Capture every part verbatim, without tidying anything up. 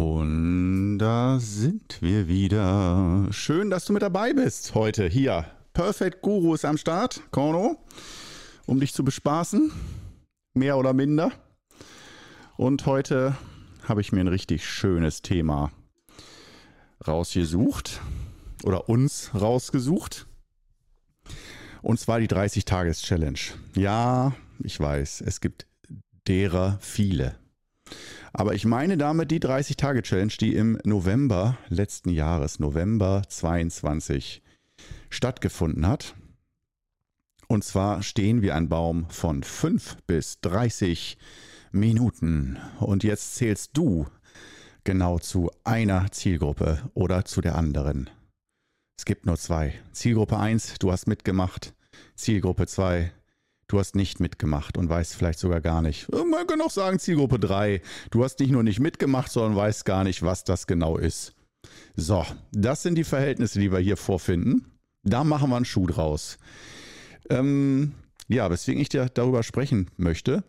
Und da sind wir wieder. Schön, dass du mit dabei bist heute hier. Perfect Guru ist am Start, Korno, um dich zu bespaßen, mehr oder minder. Und heute habe ich mir ein richtig schönes Thema rausgesucht oder uns rausgesucht. Und zwar die dreißig-Tages-Challenge. Ja, ich weiß, es gibt derer viele. Aber ich meine damit die dreißig-Tage-Challenge, die im November letzten Jahres, November zweiundzwanzig, stattgefunden hat. Und zwar stehen wir ein Baum von fünf bis dreißig Minuten. Und jetzt zählst du genau zu einer Zielgruppe oder zu der anderen. Es gibt nur zwei. Zielgruppe eins, du hast mitgemacht. Zielgruppe zwei, du hast nicht mitgemacht und weißt vielleicht sogar gar nicht. Man kann auch sagen Zielgruppe drei, du hast nicht nur nicht mitgemacht, sondern weißt gar nicht, was das genau ist. So, das sind die Verhältnisse, die wir hier vorfinden. Da machen wir einen Schuh draus. Ähm, ja, weswegen ich dir darüber sprechen möchte,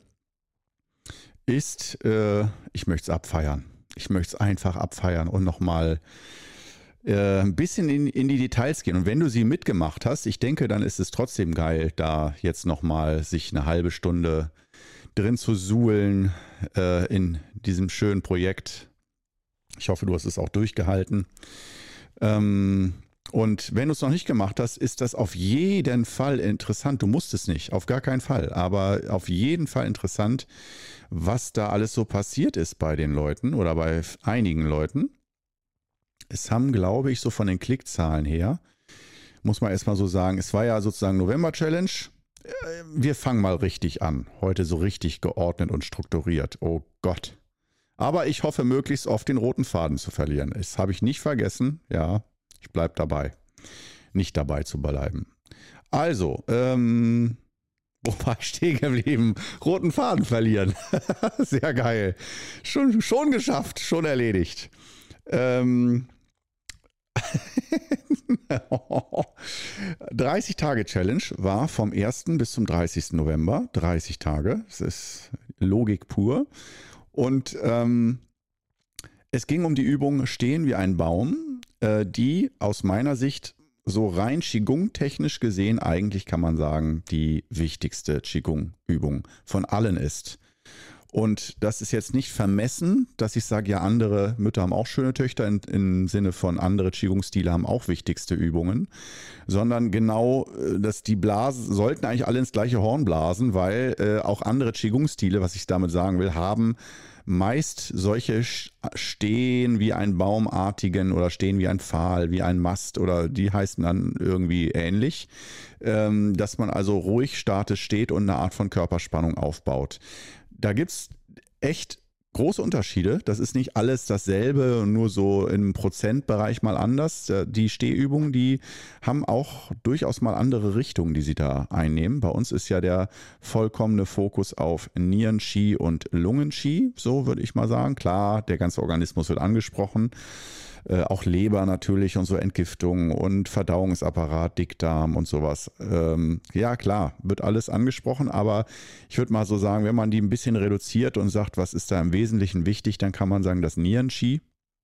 ist, äh, ich möchte es abfeiern. Ich möchte es einfach abfeiern und nochmal äh, ein bisschen in, in die Details gehen. Und wenn du sie mitgemacht hast, ich denke, dann ist es trotzdem geil, da jetzt nochmal sich eine halbe Stunde drin zu suhlen äh, in diesem schönen Projekt. Ich hoffe, du hast es auch durchgehalten. Ähm, und wenn du es noch nicht gemacht hast, ist das auf jeden Fall interessant. Du musst es nicht, auf gar keinen Fall. Aber auf jeden Fall interessant, was da alles so passiert ist bei den Leuten oder bei einigen Leuten. Es haben, glaube ich, so von den Klickzahlen her, muss man erstmal so sagen, es war ja sozusagen November-Challenge. Wir fangen mal richtig an. Heute so richtig geordnet und strukturiert. Oh Gott. Aber ich hoffe, möglichst oft den roten Faden zu verlieren. Das habe ich nicht vergessen. Ja, ich bleibe dabei. Nicht dabei zu bleiben. Also, ähm, wo war ich stehen geblieben? Roten Faden verlieren. Sehr geil. Schon, schon geschafft, schon erledigt. Ähm, dreißig-Tage-Challenge war vom ersten bis zum dreißigsten November. dreißig Tage, das ist Logik pur. Und ähm, es ging um die Übung Stehen wie ein Baum, äh, die aus meiner Sicht so rein Qigong-technisch gesehen eigentlich, kann man sagen, die wichtigste Qigong-Übung von allen ist. Und das ist jetzt nicht vermessen, dass ich sage, ja, andere Mütter haben auch schöne Töchter in, im Sinne von andere Qigong-Stile haben auch wichtigste Übungen, sondern genau, dass die Blasen sollten eigentlich alle ins gleiche Horn blasen, weil äh, auch andere Qigong-Stile, was ich damit sagen will, haben meist solche Stehen wie ein Baumartigen oder Stehen wie ein Pfahl, wie ein Mast oder die heißen dann irgendwie ähnlich, ähm, dass man also ruhig statisch steht und eine Art von Körperspannung aufbaut. Da gibt es echt große Unterschiede. Das ist nicht alles dasselbe, nur so im Prozentbereich mal anders. Die Stehübungen, die haben auch durchaus mal andere Richtungen, die sie da einnehmen. Bei uns ist ja der vollkommene Fokus auf Nieren-Qi und Lungen-Qi, so würde ich mal sagen. Klar, der ganze Organismus wird angesprochen. Äh, auch Leber natürlich und so Entgiftung und Verdauungsapparat, Dickdarm und sowas. Ähm, ja klar, wird alles angesprochen, aber ich würde mal so sagen, wenn man die ein bisschen reduziert und sagt, was ist da im Wesentlichen wichtig, dann kann man sagen, das Nieren-Qi,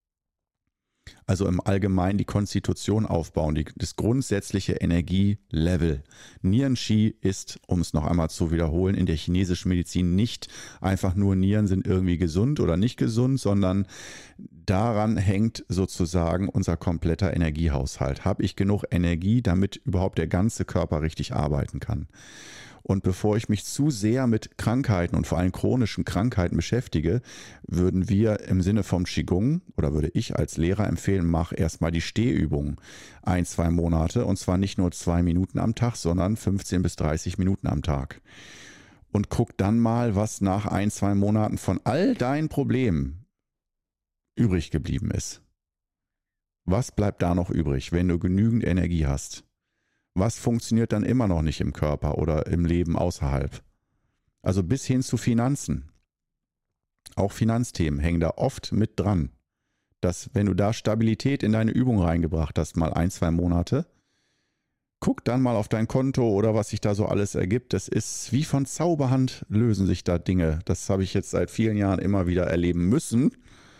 also im Allgemeinen die Konstitution aufbauen, die, das grundsätzliche Energielevel. Nieren-Qi ist, um es noch einmal zu wiederholen, in der chinesischen Medizin nicht einfach nur Nieren sind irgendwie gesund oder nicht gesund, sondern daran hängt sozusagen unser kompletter Energiehaushalt. Habe ich genug Energie, damit überhaupt der ganze Körper richtig arbeiten kann? Und bevor ich mich zu sehr mit Krankheiten und vor allem chronischen Krankheiten beschäftige, würden wir im Sinne vom Qigong oder würde ich als Lehrer empfehlen, mach erstmal die Stehübung ein, zwei Monate und zwar nicht nur zwei Minuten am Tag, sondern fünfzehn bis dreißig Minuten am Tag. Und guck dann mal, was nach ein, zwei Monaten von all deinen Problemen übrig geblieben ist. Was bleibt da noch übrig, wenn du genügend Energie hast? Was funktioniert dann immer noch nicht im Körper oder im Leben außerhalb? Also bis hin zu Finanzen. Auch Finanzthemen hängen da oft mit dran. Dass wenn du da Stabilität in deine Übung reingebracht hast, mal ein, zwei Monate, guck dann mal auf dein Konto oder was sich da so alles ergibt. Das ist wie von Zauberhand lösen sich da Dinge. Das habe ich jetzt seit vielen Jahren immer wieder erleben müssen.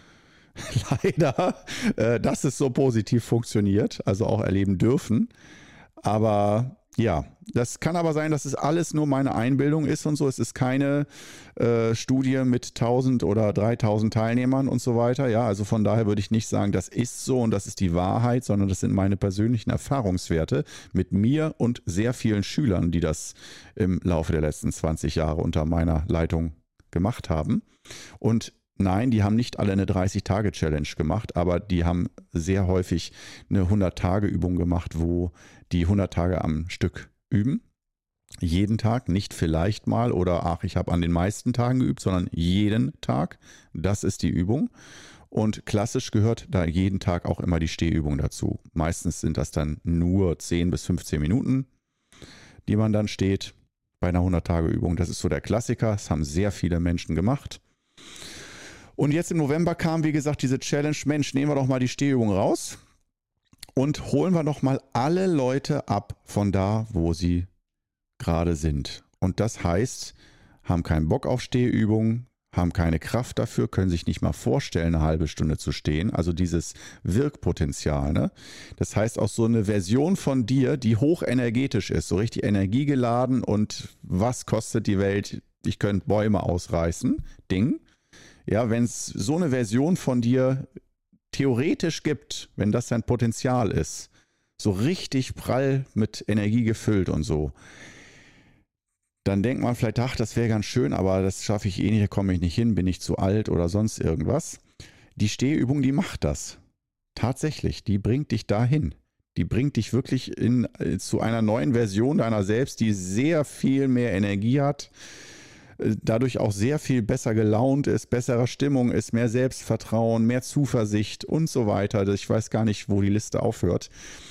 leider, äh, dass es so positiv funktioniert, also auch erleben dürfen. Aber ja, das kann aber sein, dass es alles nur meine Einbildung ist und so. Es ist keine äh, Studie mit tausend oder dreitausend Teilnehmern und so weiter. Ja, also von daher würde ich nicht sagen, das ist so und das ist die Wahrheit, sondern das sind meine persönlichen Erfahrungswerte mit mir und sehr vielen Schülern, die das im Laufe der letzten zwanzig Jahre unter meiner Leitung gemacht haben. Und nein, die haben nicht alle eine dreißig-Tage-Challenge gemacht, aber die haben sehr häufig eine hundert-Tage-Übung gemacht, wo die hundert Tage am Stück üben. Jeden Tag, nicht vielleicht mal oder ach, ich habe an den meisten Tagen geübt, sondern jeden Tag. Das ist die Übung. Und klassisch gehört da jeden Tag auch immer die Stehübung dazu. Meistens sind das dann nur zehn bis fünfzehn Minuten, die man dann steht bei einer hundert-Tage-Übung. Das ist so der Klassiker. Das haben sehr viele Menschen gemacht. Und jetzt im November kam, wie gesagt, diese Challenge, Mensch, nehmen wir doch mal die Stehübung raus und holen wir doch mal alle Leute ab von da, wo sie gerade sind. Und das heißt, haben keinen Bock auf Stehübungen, haben keine Kraft dafür, können sich nicht mal vorstellen, eine halbe Stunde zu stehen. Also dieses Wirkpotenzial. Ne? Das heißt auch so eine Version von dir, die hochenergetisch ist, so richtig energiegeladen und was kostet die Welt? Ich könnte Bäume ausreißen, Ding. Ja, wenn es so eine Version von dir theoretisch gibt, wenn das dein Potenzial ist, so richtig prall mit Energie gefüllt und so, dann denkt man vielleicht, ach, das wäre ganz schön, aber das schaffe ich eh nicht, da komme ich nicht hin, bin ich zu alt oder sonst irgendwas. Die Stehübung, die macht das. Tatsächlich, die bringt dich dahin. Die bringt dich wirklich in, zu einer neuen Version deiner selbst, die sehr viel mehr Energie hat, dadurch auch sehr viel besser gelaunt ist, bessere Stimmung ist, mehr Selbstvertrauen, mehr Zuversicht und so weiter. Ich weiß gar nicht, wo die Liste aufhört.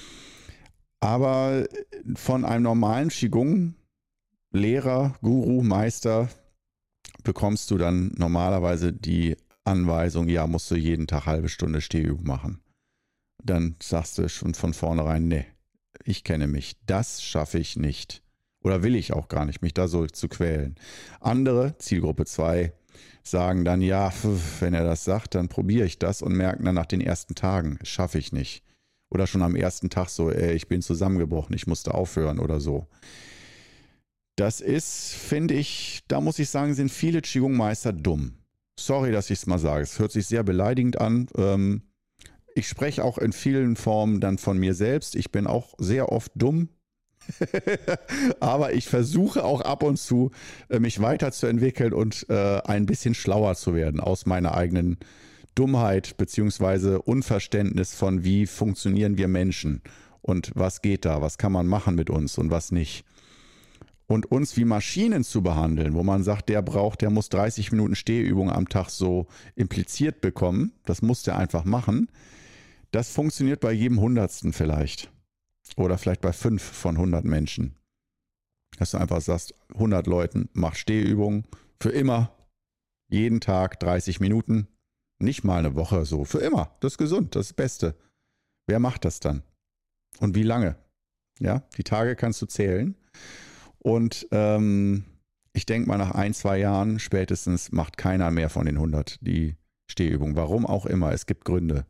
Aber von einem normalen Qigong, Lehrer, Guru, Meister, bekommst du dann normalerweise die Anweisung, ja, musst du jeden Tag halbe Stunde Stehübung machen. Dann sagst du schon von vornherein, nee, ich kenne mich, das schaffe ich nicht. Oder will ich auch gar nicht, mich da so zu quälen. Andere, Zielgruppe zwei, sagen dann, ja, wenn er das sagt, dann probiere ich das und merken dann nach den ersten Tagen, das schaffe ich nicht. Oder schon am ersten Tag so, ey, ich bin zusammengebrochen, ich musste aufhören oder so. Das ist, finde ich, da muss ich sagen, sind viele Qigong-Meister dumm. Sorry, dass ich es mal sage. Es hört sich sehr beleidigend an. Ähm, ich spreche auch in vielen Formen dann von mir selbst. Ich bin auch sehr oft dumm. Aber ich versuche auch ab und zu, mich weiterzuentwickeln und äh, ein bisschen schlauer zu werden aus meiner eigenen Dummheit bzw. Unverständnis von, wie funktionieren wir Menschen und was geht da, was kann man machen mit uns und was nicht. Und uns wie Maschinen zu behandeln, wo man sagt, der braucht, der muss dreißig Minuten Stehübung am Tag so impliziert bekommen, das muss der einfach machen, das funktioniert bei jedem Hundertsten vielleicht. Oder vielleicht bei fünf von hundert Menschen. Dass du einfach sagst, hundert Leuten, mach Stehübungen für immer, jeden Tag dreißig Minuten, nicht mal eine Woche so, für immer. Das ist gesund, das ist das Beste. Wer macht das dann? Und wie lange? Ja, die Tage kannst du zählen. Und ähm, ich denke mal, nach ein, zwei Jahren spätestens macht keiner mehr von den hundert die Stehübung. Warum auch immer, es gibt Gründe.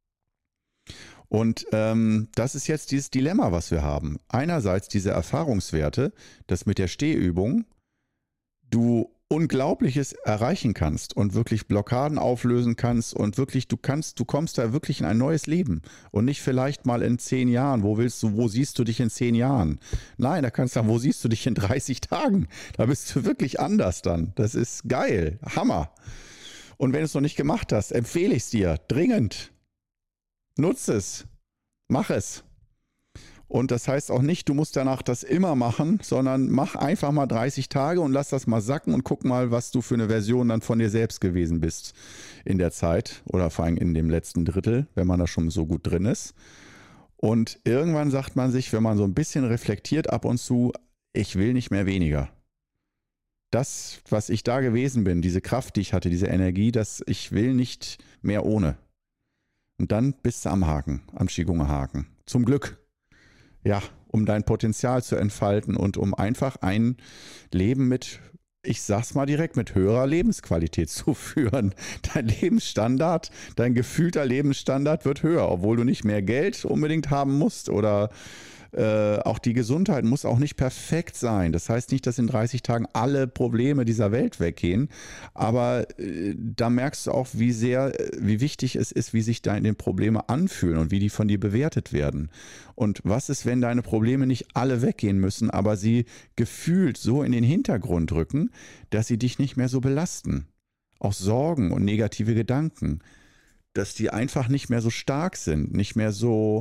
Und ähm, das ist jetzt dieses Dilemma, was wir haben. Einerseits diese Erfahrungswerte, dass mit der Stehübung du Unglaubliches erreichen kannst und wirklich Blockaden auflösen kannst und wirklich, du kannst, du kommst da wirklich in ein neues Leben und nicht vielleicht mal in zehn Jahren. Wo willst du, wo siehst du dich in zehn Jahren? Nein, da kannst du sagen, wo siehst du dich in dreißig Tagen? Da bist du wirklich anders dann. Das ist geil, Hammer. Und wenn du es noch nicht gemacht hast, empfehle ich es dir dringend. Nutze es, mach es. Und das heißt auch nicht, du musst danach das immer machen, sondern mach einfach mal dreißig Tage und lass das mal sacken und guck mal, was du für eine Version dann von dir selbst gewesen bist in der Zeit oder vor allem in dem letzten Drittel, wenn man da schon so gut drin ist. Und irgendwann sagt man sich, wenn man so ein bisschen reflektiert ab und zu, ich will nicht mehr weniger. Das, was ich da gewesen bin, diese Kraft, die ich hatte, diese Energie, das ich will nicht mehr ohne. Und dann bist du am Haken, am Qigong-Haken. Zum Glück. Ja, um dein Potenzial zu entfalten und um einfach ein Leben mit ich sag's mal direkt, mit höherer Lebensqualität zu führen. Dein Lebensstandard, dein gefühlter Lebensstandard wird höher, obwohl du nicht mehr Geld unbedingt haben musst oder äh, auch die Gesundheit muss auch nicht perfekt sein. Das heißt nicht, dass in dreißig Tagen alle Probleme dieser Welt weggehen, aber äh, da merkst du auch, wie sehr, äh, wie wichtig es ist, wie sich deine Probleme anfühlen und wie die von dir bewertet werden. Und was ist, wenn deine Probleme nicht alle weggehen müssen, aber sie gefühlt so in den Hintergrund rücken, dass sie dich nicht mehr so belasten? Auch Sorgen und negative Gedanken, dass die einfach nicht mehr so stark sind, nicht mehr so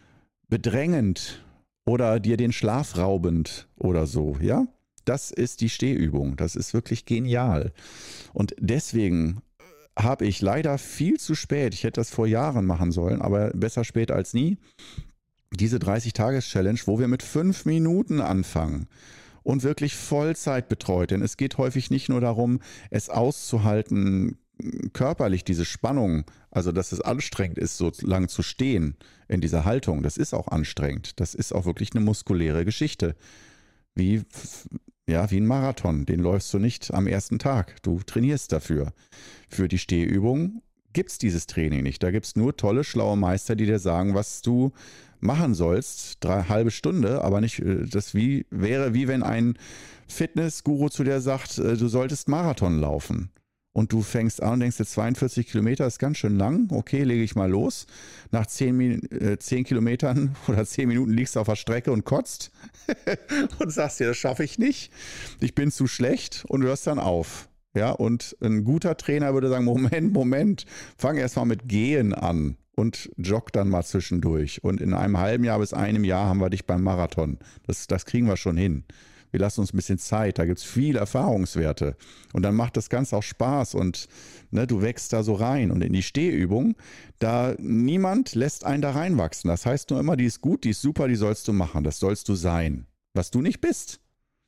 bedrängend oder dir den Schlaf raubend oder so, ja? Das ist die Stehübung. Das ist wirklich genial. Und deswegen habe ich leider viel zu spät, ich hätte das vor Jahren machen sollen, aber besser spät als nie, diese dreißig-Tages-Challenge, wo wir mit fünf Minuten anfangen und wirklich Vollzeit betreut. Denn es geht häufig nicht nur darum, es auszuhalten, körperlich diese Spannung, also dass es anstrengend ist, so lang zu stehen in dieser Haltung. Das ist auch anstrengend. Das ist auch wirklich eine muskuläre Geschichte. Wie, ja, wie ein Marathon. Den läufst du nicht am ersten Tag. Du trainierst dafür. Für die Stehübung gibt es dieses Training nicht. Da gibt es nur tolle, schlaue Meister, die dir sagen, was du machen sollst. Drei halbe Stunde, aber nicht, das wie, wäre wie wenn ein Fitnessguru zu dir sagt, du solltest Marathon laufen. Und du fängst an und denkst, jetzt zweiundvierzig Kilometer ist ganz schön lang. Okay, lege ich mal los. Nach zehn, äh, zehn Kilometern oder zehn Minuten liegst du auf der Strecke und kotzt und sagst dir, das schaffe ich nicht. Ich bin zu schlecht und hörst dann auf. Ja, und ein guter Trainer würde sagen, Moment, Moment, fang erst mal mit Gehen an und jogg dann mal zwischendurch. Und in einem halben Jahr bis einem Jahr haben wir dich beim Marathon. Das, das kriegen wir schon hin. Wir lassen uns ein bisschen Zeit, da gibt es viele Erfahrungswerte. Und dann macht das Ganze auch Spaß und ne, du wächst da so rein. Und in die Stehübung, da niemand lässt einen da reinwachsen. Das heißt nur immer, die ist gut, die ist super, die sollst du machen, das sollst du sein. Was du nicht bist.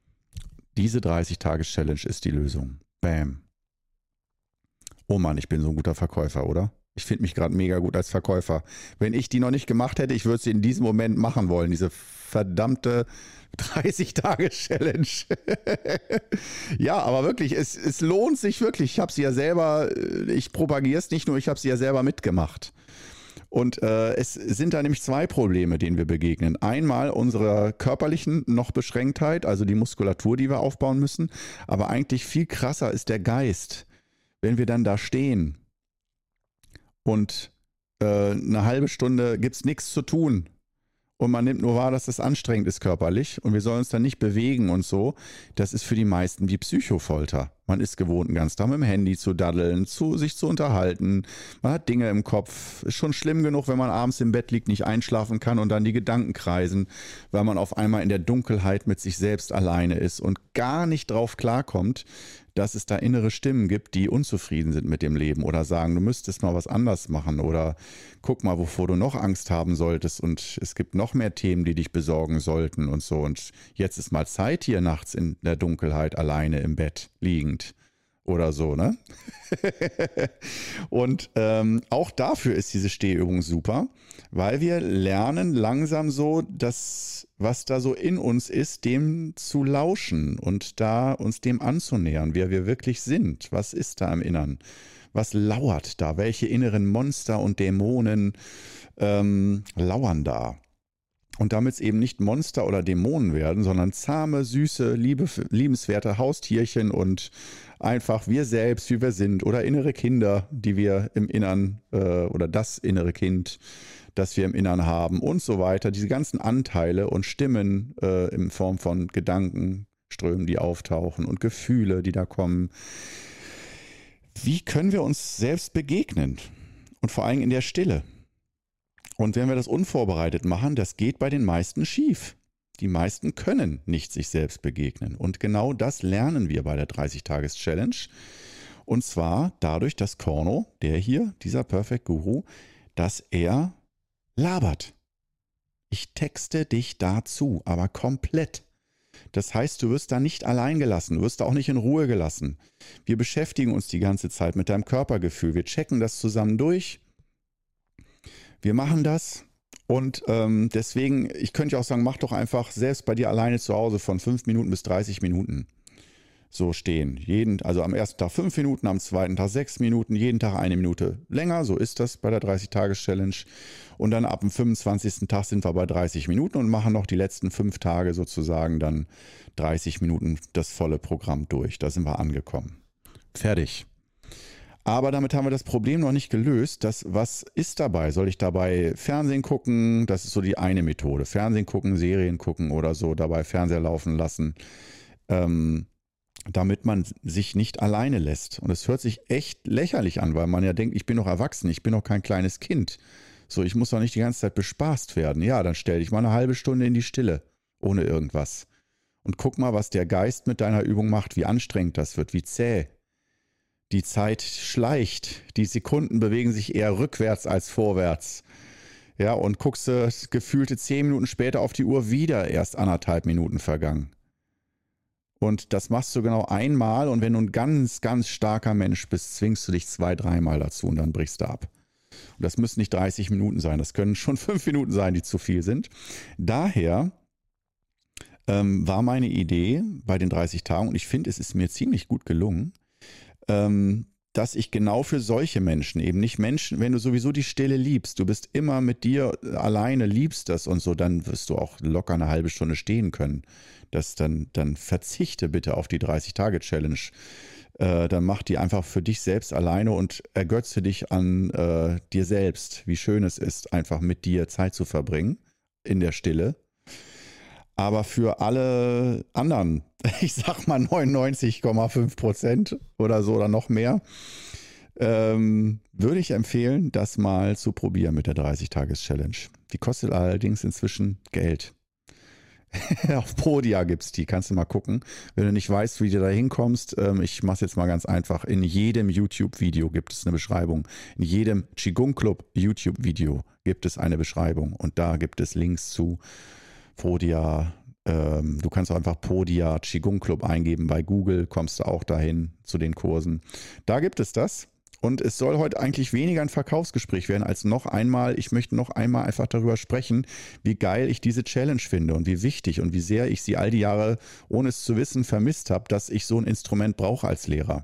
Diese dreißig-Tages-Challenge ist die Lösung. Bam. Oh Mann, ich bin so ein guter Verkäufer, oder? Ich finde mich gerade mega gut als Verkäufer. Wenn ich die noch nicht gemacht hätte, ich würde sie in diesem Moment machen wollen. Diese verdammte dreißig-Tage-Challenge. Ja, aber wirklich, es, es lohnt sich wirklich. Ich habe sie ja selber, ich propagiere es nicht nur, ich habe sie ja selber mitgemacht. Und äh, es sind da nämlich zwei Probleme, denen wir begegnen. Einmal unserer körperlichen noch Beschränktheit, also die Muskulatur, die wir aufbauen müssen. Aber eigentlich viel krasser ist der Geist. Wenn wir dann da stehen und äh, eine halbe Stunde gibt es nichts zu tun und man nimmt nur wahr, dass das anstrengend ist körperlich und wir sollen uns dann nicht bewegen und so, das ist für die meisten wie Psychofolter. Man ist gewohnt, den ganzen Tag mit dem Handy zu daddeln, zu, sich zu unterhalten. Man hat Dinge im Kopf. Ist schon schlimm genug, wenn man abends im Bett liegt, nicht einschlafen kann und dann die Gedanken kreisen, weil man auf einmal in der Dunkelheit mit sich selbst alleine ist und gar nicht drauf klarkommt, dass es da innere Stimmen gibt, die unzufrieden sind mit dem Leben oder sagen, du müsstest mal was anders machen oder guck mal, wovor du noch Angst haben solltest und es gibt noch mehr Themen, die dich besorgen sollten und so. Und jetzt ist mal Zeit hier nachts in der Dunkelheit alleine im Bett liegend oder so, ne? Und ähm, auch dafür ist diese Stehübung super, weil wir lernen langsam so, das, was da so in uns ist, dem zu lauschen und da uns dem anzunähern, wer wir wirklich sind. Was ist da im Innern? Was lauert da? Welche inneren Monster und Dämonen ähm, lauern da? Und damit es eben nicht Monster oder Dämonen werden, sondern zahme, süße, liebe, liebenswerte Haustierchen und einfach wir selbst, wie wir sind, oder innere Kinder, die wir im Innern, äh, oder das innere Kind, das wir im Innern haben und so weiter. Diese ganzen Anteile und Stimmen äh, in Form von Gedankenströmen, die auftauchen und Gefühle, die da kommen. Wie können wir uns selbst begegnen? Und vor allem in der Stille. Und wenn wir das unvorbereitet machen, das geht bei den meisten schief. Die meisten können nicht sich selbst begegnen. Und genau das lernen wir bei der dreißig-Tages-Challenge. Und zwar dadurch, dass Korno, der hier, dieser Perfect Guru, dass er labert. Ich texte dich dazu, aber komplett. Das heißt, du wirst da nicht allein gelassen, du wirst da auch nicht in Ruhe gelassen. Wir beschäftigen uns die ganze Zeit mit deinem Körpergefühl. Wir checken das zusammen durch. Wir machen das und ähm, deswegen, ich könnte ja auch sagen, mach doch einfach selbst bei dir alleine zu Hause von fünf Minuten bis dreißig Minuten. so stehen. Jeden, also am ersten Tag fünf Minuten, am zweiten Tag sechs Minuten, jeden Tag eine Minute länger. So ist das bei der dreißig-Tages-Challenge. Und dann ab dem fünfundzwanzigsten Tag sind wir bei dreißig Minuten und machen noch die letzten fünf Tage sozusagen dann dreißig Minuten das volle Programm durch. Da sind wir angekommen. Fertig. Aber damit haben wir das Problem noch nicht gelöst. Das, was ist dabei? Soll ich dabei Fernsehen gucken? Das ist so die eine Methode. Fernsehen gucken, Serien gucken oder so, dabei Fernseher laufen lassen. Ähm, damit man sich nicht alleine lässt. Und es hört sich echt lächerlich an, weil man ja denkt, ich bin noch erwachsen, ich bin noch kein kleines Kind. So, ich muss doch nicht die ganze Zeit bespaßt werden. Ja, dann stell dich mal eine halbe Stunde in die Stille, ohne irgendwas. Und guck mal, was der Geist mit deiner Übung macht, wie anstrengend das wird, wie zäh. Die Zeit schleicht, die Sekunden bewegen sich eher rückwärts als vorwärts. Ja, und guckst du gefühlte zehn Minuten später auf die Uhr, wieder erst anderthalb Minuten vergangen. Und das machst du genau einmal und wenn du ein ganz, ganz starker Mensch bist, zwingst du dich zwei, dreimal dazu und dann brichst du ab. Und das müssen nicht dreißig Minuten sein, das können schon fünf Minuten sein, die zu viel sind. Daher ähm, war meine Idee bei den dreißig Tagen, und ich finde, es ist mir ziemlich gut gelungen, ähm, dass ich genau für solche Menschen, eben nicht Menschen, wenn du sowieso die Stille liebst, du bist immer mit dir alleine, liebst das und so, dann wirst du auch locker eine halbe Stunde stehen können. Das dann, dann verzichte bitte auf die dreißig-Tage-Challenge. Äh, dann mach die einfach für dich selbst alleine und ergötze dich an äh, dir selbst, wie schön es ist, einfach mit dir Zeit zu verbringen in der Stille. Aber für alle anderen, ich sag mal neunundneunzig Komma fünf Prozent oder so oder noch mehr, ähm, würde ich empfehlen, das mal zu probieren mit der dreißig-Tages-Challenge. Die kostet allerdings inzwischen Geld. Auf Podia gibt es die, kannst du mal gucken. Wenn du nicht weißt, wie du da hinkommst, ähm, ich mache es jetzt mal ganz einfach. In jedem YouTube-Video gibt es eine Beschreibung. In jedem Qigong Club YouTube-Video gibt es eine Beschreibung. Und da gibt es Links zu Podia. Ähm, du kannst auch einfach Podia Qigong Club eingeben bei Google, kommst du auch dahin zu den Kursen. Da gibt es das. Und es soll heute eigentlich weniger ein Verkaufsgespräch werden, als noch einmal, ich möchte noch einmal einfach darüber sprechen, wie geil ich diese Challenge finde und wie wichtig und wie sehr ich sie all die Jahre, ohne es zu wissen, vermisst habe, dass ich so ein Instrument brauche als Lehrer.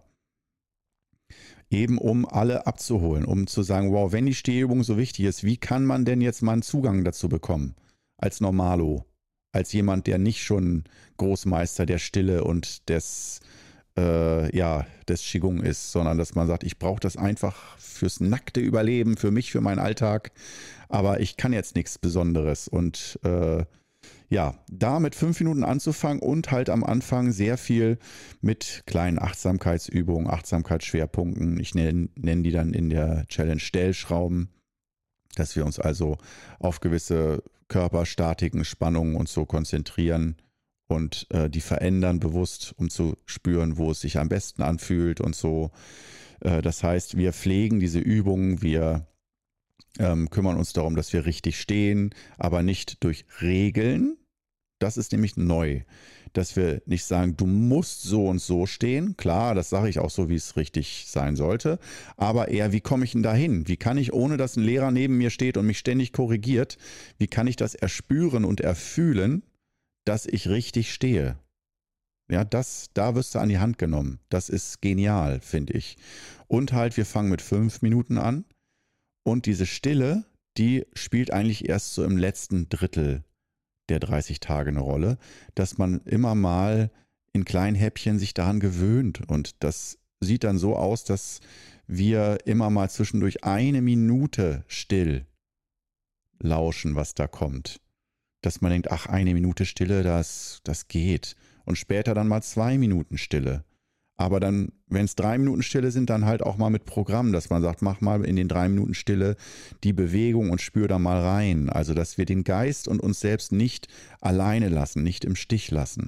Eben um alle abzuholen, um zu sagen, wow, wenn die Stehübung so wichtig ist, wie kann man denn jetzt mal einen Zugang dazu bekommen? Als Normalo, als jemand, der nicht schon Großmeister der Stille und des Äh, ja, des Qigong ist, sondern dass man sagt, ich brauche das einfach fürs nackte Überleben, für mich, für meinen Alltag, aber ich kann jetzt nichts Besonderes und äh, ja, da mit fünf Minuten anzufangen und halt am Anfang sehr viel mit kleinen Achtsamkeitsübungen, Achtsamkeitsschwerpunkten, ich nenne nenn die dann in der Challenge Stellschrauben, dass wir uns also auf gewisse Körperstatiken, Spannungen und so konzentrieren, und äh, die verändern bewusst, um zu spüren, wo es sich am besten anfühlt und so. Äh, das heißt, wir pflegen diese Übungen, wir ähm, kümmern uns darum, dass wir richtig stehen, aber nicht durch Regeln. Das ist nämlich neu, dass wir nicht sagen, du musst so und so stehen. Klar, das sage ich auch so, wie es richtig sein sollte. Aber eher, wie komme ich denn dahin? Wie kann ich, ohne dass ein Lehrer neben mir steht und mich ständig korrigiert, wie kann ich das erspüren und erfühlen, dass ich richtig stehe? Ja, das, da wirst du an die Hand genommen. Das ist genial, finde ich. Und halt, wir fangen mit fünf Minuten an. Und diese Stille, die spielt eigentlich erst so im letzten Drittel der dreißig Tage eine Rolle, dass man immer mal in kleinen Häppchen sich daran gewöhnt. Und das sieht dann so aus, dass wir immer mal zwischendurch eine Minute still lauschen, was da kommt. Dass man denkt, ach, eine Minute Stille, das, das geht. Und später dann mal zwei Minuten Stille. Aber dann, wenn es drei Minuten Stille sind, dann halt auch mal mit Programm, dass man sagt, mach mal in den drei Minuten Stille die Bewegung und spür da mal rein. Also, dass wir den Geist und uns selbst nicht alleine lassen, nicht im Stich lassen.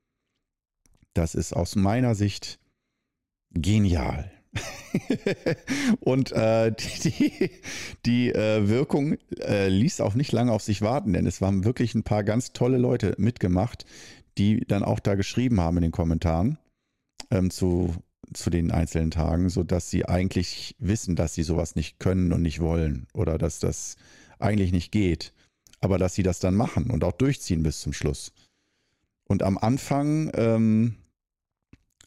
Das ist aus meiner Sicht genial. Und äh, die, die äh, Wirkung äh, ließ auch nicht lange auf sich warten, denn es waren wirklich ein paar ganz tolle Leute mitgemacht, die dann auch da geschrieben haben in den Kommentaren ähm, zu, zu den einzelnen Tagen, sodass sie eigentlich wissen, dass sie sowas nicht können und nicht wollen oder dass das eigentlich nicht geht, aber dass sie das dann machen und auch durchziehen bis zum Schluss. Und am Anfang ähm,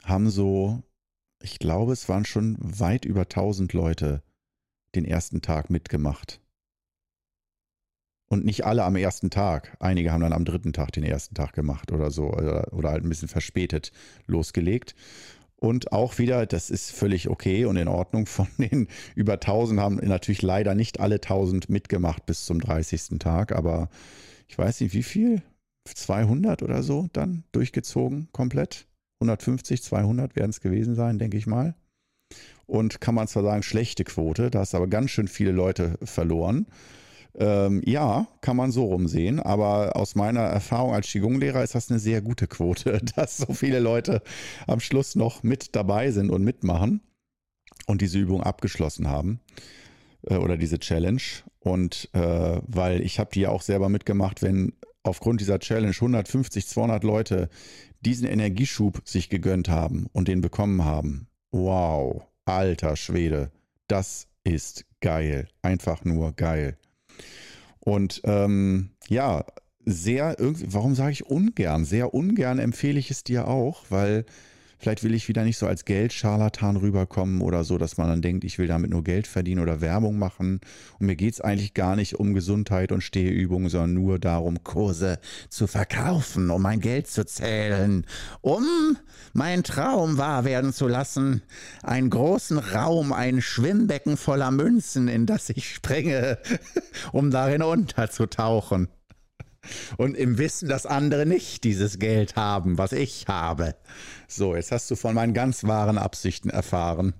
haben so, ich glaube, es waren schon weit über tausend Leute den ersten Tag mitgemacht. Und nicht alle am ersten Tag. Einige haben dann am dritten Tag den ersten Tag gemacht oder so. Oder, oder halt ein bisschen verspätet losgelegt. Und auch wieder, das ist völlig okay und in Ordnung. Von den über tausend haben natürlich leider nicht alle tausend mitgemacht bis zum dreißigsten Tag. Aber ich weiß nicht, wie viel? zweihundert oder so dann durchgezogen komplett. hundertfünfzig, zweihundert werden es gewesen sein, denke ich mal. Und kann man zwar sagen, schlechte Quote, da hast aber ganz schön viele Leute verloren. Ähm, ja, kann man so rumsehen, aber aus meiner Erfahrung als Qigong-Lehrer ist das eine sehr gute Quote, dass so viele Leute am Schluss noch mit dabei sind und mitmachen und diese Übung abgeschlossen haben äh, oder diese Challenge. Und äh, weil ich habe die ja auch selber mitgemacht, wenn aufgrund dieser Challenge hundertfünfzig, zweihundert Leute diesen Energieschub sich gegönnt haben und den bekommen haben. Wow, alter Schwede, das ist geil, einfach nur geil. Und ähm, ja, sehr irgendwie, warum sage ich ungern? Sehr ungern empfehle ich es dir auch, weil vielleicht will ich wieder nicht so als Geldscharlatan rüberkommen oder so, dass man dann denkt, ich will damit nur Geld verdienen oder Werbung machen. Und mir geht es eigentlich gar nicht um Gesundheit und Stehübungen, sondern nur darum, Kurse zu verkaufen, um mein Geld zu zählen, um meinen Traum wahr werden zu lassen, einen großen Raum, ein Schwimmbecken voller Münzen, in das ich springe, um darin unterzutauchen. Und im Wissen, dass andere nicht dieses Geld haben, was ich habe. So, jetzt hast du von meinen ganz wahren Absichten erfahren.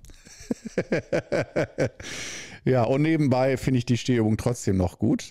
Ja, und nebenbei finde ich die Stehübung trotzdem noch gut.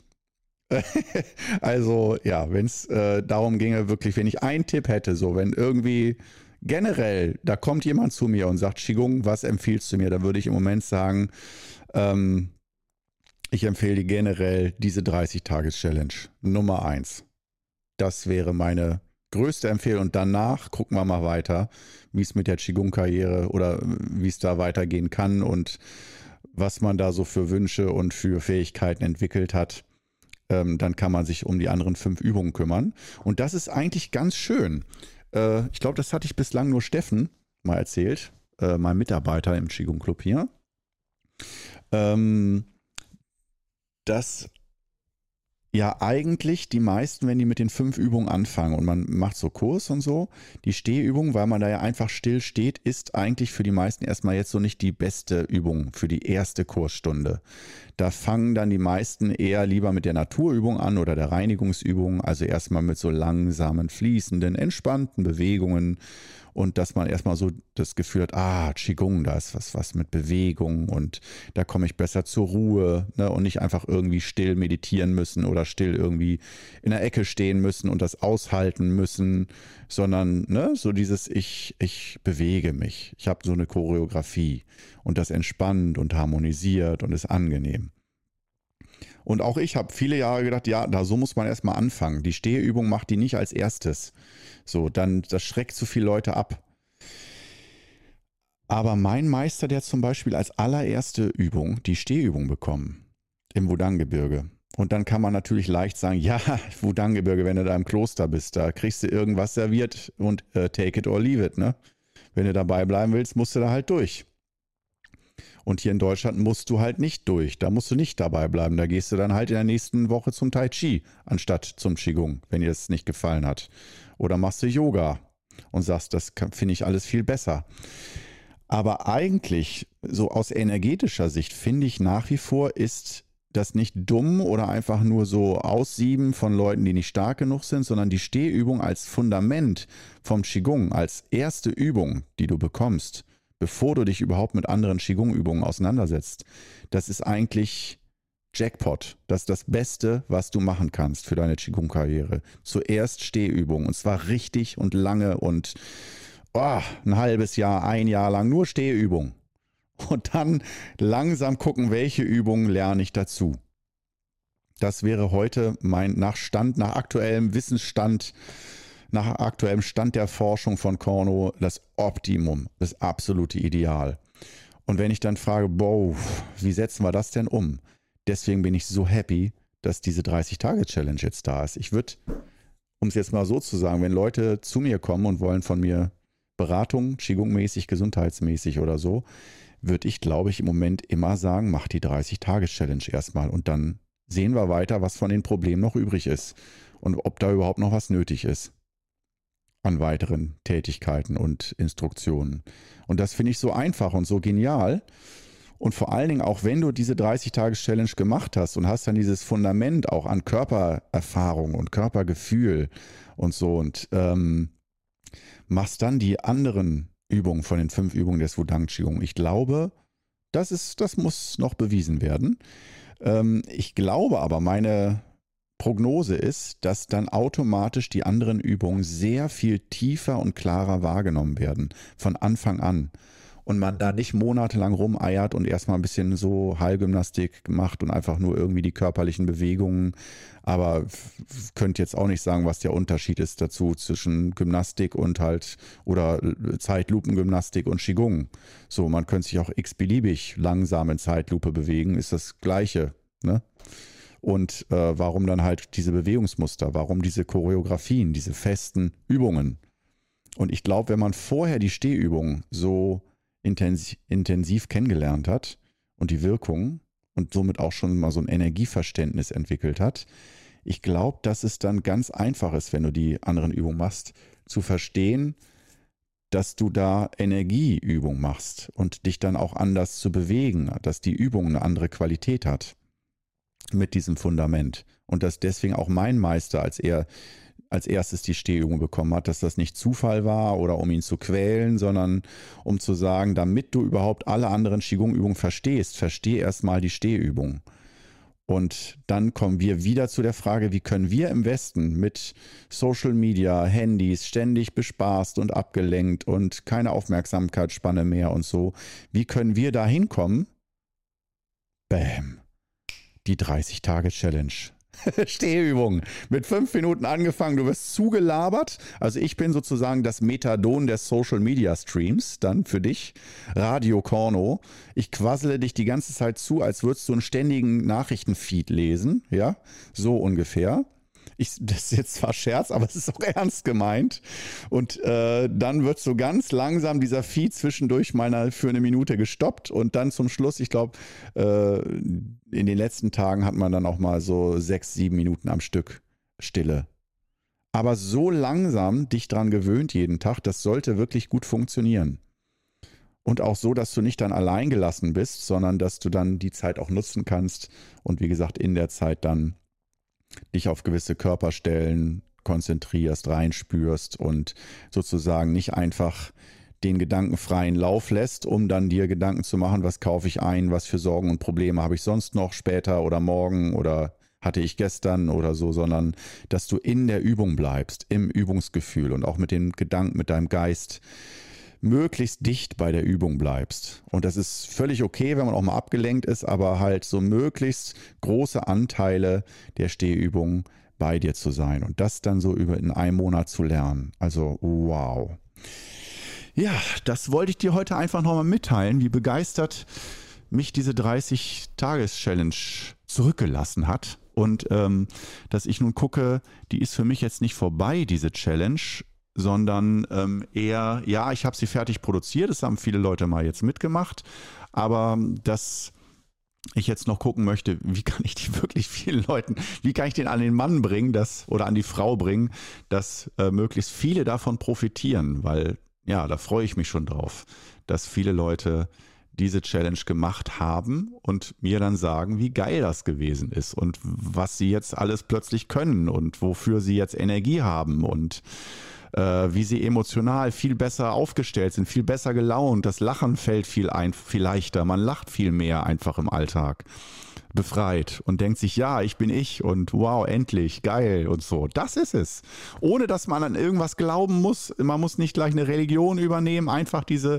Also, ja, wenn es äh, darum ginge, wirklich, wenn ich einen Tipp hätte, so, wenn irgendwie generell, da kommt jemand zu mir und sagt, Qigong, was empfiehlst du mir? Da würde ich im Moment sagen, ähm, ich empfehle dir generell diese dreißig-Tages-Challenge. Nummer eins. Das wäre meine größte Empfehlung. Und danach gucken wir mal weiter, wie es mit der Qigong-Karriere oder wie es da weitergehen kann und was man da so für Wünsche und für Fähigkeiten entwickelt hat. Ähm, dann kann man sich um die anderen fünf Übungen kümmern. Und das ist eigentlich ganz schön. Äh, ich glaube, das hatte ich bislang nur Steffen mal erzählt, äh, mein Mitarbeiter im Qigong-Club hier. Ähm, dass ja eigentlich die meisten, wenn die mit den fünf Übungen anfangen und man macht so Kurs und so, die Stehübung, weil man da ja einfach still steht, ist eigentlich für die meisten erstmal jetzt so nicht die beste Übung für die erste Kursstunde. Da fangen dann die meisten eher lieber mit der Naturübung an oder der Reinigungsübung, also erstmal mit so langsamen, fließenden, entspannten Bewegungen. Und dass man erstmal so das Gefühl hat, ah, Qigong, da ist was, was mit Bewegung und da komme ich besser zur Ruhe, ne, und nicht einfach irgendwie still meditieren müssen oder still irgendwie in der Ecke stehen müssen und das aushalten müssen, sondern ne, so dieses ich, ich bewege mich. Ich habe so eine Choreografie und das entspannt und harmonisiert und ist angenehm. Und auch ich habe viele Jahre gedacht, ja, da so muss man erstmal anfangen. Die Stehübung macht die nicht als erstes. So, dann, das schreckt zu viele Leute ab. Aber mein Meister, der zum Beispiel als allererste Übung die Stehübung bekommen im Wudang-Gebirge. Und dann kann man natürlich leicht sagen, ja, Wudang-Gebirge, wenn du da im Kloster bist, da kriegst du irgendwas serviert und äh, take it or leave it, ne? Wenn du dabei bleiben willst, musst du da halt durch. Und hier in Deutschland musst du halt nicht durch. Da musst du nicht dabei bleiben. Da gehst du dann halt in der nächsten Woche zum Tai Chi, anstatt zum Qigong, wenn dir das nicht gefallen hat. Oder machst du Yoga und sagst, das finde ich alles viel besser. Aber eigentlich, so aus energetischer Sicht, finde ich nach wie vor, ist das nicht dumm oder einfach nur so Aussieben von Leuten, die nicht stark genug sind, sondern die Stehübung als Fundament vom Qigong, als erste Übung, die du bekommst, bevor du dich überhaupt mit anderen Qigong-Übungen auseinandersetzt. Das ist eigentlich Jackpot. Das ist das Beste, was du machen kannst für deine Qigong-Karriere. Zuerst Stehübungen und zwar richtig und lange und oh, ein halbes Jahr, ein Jahr lang nur Stehübungen. Und dann langsam gucken, welche Übungen lerne ich dazu. Das wäre heute mein nach Stand, nach aktuellem Wissensstand, nach aktuellem Stand der Forschung von Korno das Optimum, das absolute Ideal. Und wenn ich dann frage, boah, wie setzen wir das denn um? Deswegen bin ich so happy, dass diese dreißig-Tage-Challenge jetzt da ist. Ich würde, um es jetzt mal so zu sagen, wenn Leute zu mir kommen und wollen von mir Beratung, Qigong-mäßig, gesundheitsmäßig oder so, würde ich, glaube ich, im Moment immer sagen, mach die dreißig-Tages-Challenge erstmal und dann sehen wir weiter, was von den Problemen noch übrig ist und ob da überhaupt noch was nötig ist an weiteren Tätigkeiten und Instruktionen. Und das finde ich so einfach und so genial. Und vor allen Dingen auch, wenn du diese dreißig-Tages-Challenge gemacht hast und hast dann dieses Fundament auch an Körpererfahrung und Körpergefühl und so und ähm, machst dann die anderen Übungen von den fünf Übungen des Wudang Qigong. Ich glaube, das ist, das muss noch bewiesen werden. Ähm, ich glaube aber, meine Prognose ist, dass dann automatisch die anderen Übungen sehr viel tiefer und klarer wahrgenommen werden, von Anfang an. Und man da nicht monatelang rumeiert und erstmal ein bisschen so Heilgymnastik macht und einfach nur irgendwie die körperlichen Bewegungen. Aber könnt jetzt auch nicht sagen, was der Unterschied ist dazu zwischen Gymnastik und halt oder Zeitlupengymnastik und Qigong. So, man könnte sich auch x-beliebig langsam in Zeitlupe bewegen, ist das Gleiche, ne? Und äh, warum dann halt diese Bewegungsmuster, warum diese Choreografien, diese festen Übungen? Und ich glaube, wenn man vorher die Stehübungen so intensiv, intensiv kennengelernt hat und die Wirkung und somit auch schon mal so ein Energieverständnis entwickelt hat, ich glaube, dass es dann ganz einfach ist, wenn du die anderen Übungen machst, zu verstehen, dass du da Energieübung machst und dich dann auch anders zu bewegen, dass die Übung eine andere Qualität hat mit diesem Fundament. Und dass deswegen auch mein Meister, als er als erstes die Stehübung bekommen hat, dass das nicht Zufall war oder um ihn zu quälen, sondern um zu sagen, damit du überhaupt alle anderen Qigong-Übungen verstehst, versteh erstmal die Stehübung. Und dann kommen wir wieder zu der Frage, wie können wir im Westen mit Social Media, Handys ständig bespaßt und abgelenkt und keine Aufmerksamkeitsspanne mehr und so, wie können wir da hinkommen? Bäm. Die dreißig-Tage-Challenge. Stehübung. Mit fünf Minuten angefangen, du wirst zugelabert. Also ich bin sozusagen das Methadon der Social Media Streams, dann für dich. Radio Korno. Ich quassele dich die ganze Zeit zu, als würdest du einen ständigen Nachrichtenfeed lesen. Ja, so ungefähr. Ich, das ist jetzt zwar Scherz, aber es ist auch ernst gemeint. Und äh, dann wird so ganz langsam dieser Feed zwischendurch mal für eine Minute gestoppt und dann zum Schluss, ich glaube, äh, in den letzten Tagen hat man dann auch mal so sechs, sieben Minuten am Stück Stille. Aber so langsam dich dran gewöhnt jeden Tag, das sollte wirklich gut funktionieren. Und auch so, dass du nicht dann allein gelassen bist, sondern dass du dann die Zeit auch nutzen kannst und wie gesagt in der Zeit dann dich auf gewisse Körperstellen konzentrierst, reinspürst und sozusagen nicht einfach den gedankenfreien Lauf lässt, um dann dir Gedanken zu machen, was kaufe ich ein, was für Sorgen und Probleme habe ich sonst noch später oder morgen oder hatte ich gestern oder so, sondern dass du in der Übung bleibst, im Übungsgefühl und auch mit den Gedanken, mit deinem Geist möglichst dicht bei der Übung bleibst. Und das ist völlig okay, wenn man auch mal abgelenkt ist, aber halt so möglichst große Anteile der Stehübung bei dir zu sein und das dann so über in einem Monat zu lernen. Also wow. Ja, das wollte ich dir heute einfach nochmal mitteilen, wie begeistert mich diese dreißig-Tages-Challenge zurückgelassen hat. Und ähm, dass ich nun gucke, die ist für mich jetzt nicht vorbei, diese Challenge, sondern ähm, eher, ja, ich habe sie fertig produziert, das haben viele Leute mal jetzt mitgemacht, aber dass ich jetzt noch gucken möchte, wie kann ich die wirklich vielen Leuten, wie kann ich den an den Mann bringen, dass, oder an die Frau bringen, dass äh, möglichst viele davon profitieren, weil ja, da freue ich mich schon drauf, dass viele Leute diese Challenge gemacht haben und mir dann sagen, wie geil das gewesen ist und was sie jetzt alles plötzlich können und wofür sie jetzt Energie haben und äh, wie sie emotional viel besser aufgestellt sind, viel besser gelaunt. Das Lachen fällt viel, ein, viel leichter, man lacht viel mehr einfach im Alltag. Befreit und denkt sich, ja, ich bin ich und wow, endlich, geil und so. Das ist es. Ohne, dass man an irgendwas glauben muss. Man muss nicht gleich eine Religion übernehmen, einfach diese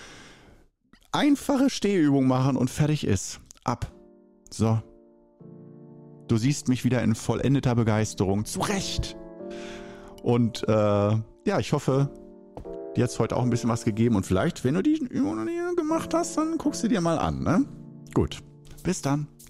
einfache Stehübung machen und fertig ist. Ab. So. Du siehst mich wieder in vollendeter Begeisterung. Zu Recht. Und äh, ja, ich hoffe, dir hat es heute auch ein bisschen was gegeben und vielleicht, wenn du die Übung noch nie gemacht hast, dann guckst du dir mal an. Ne? Gut. Bis dann.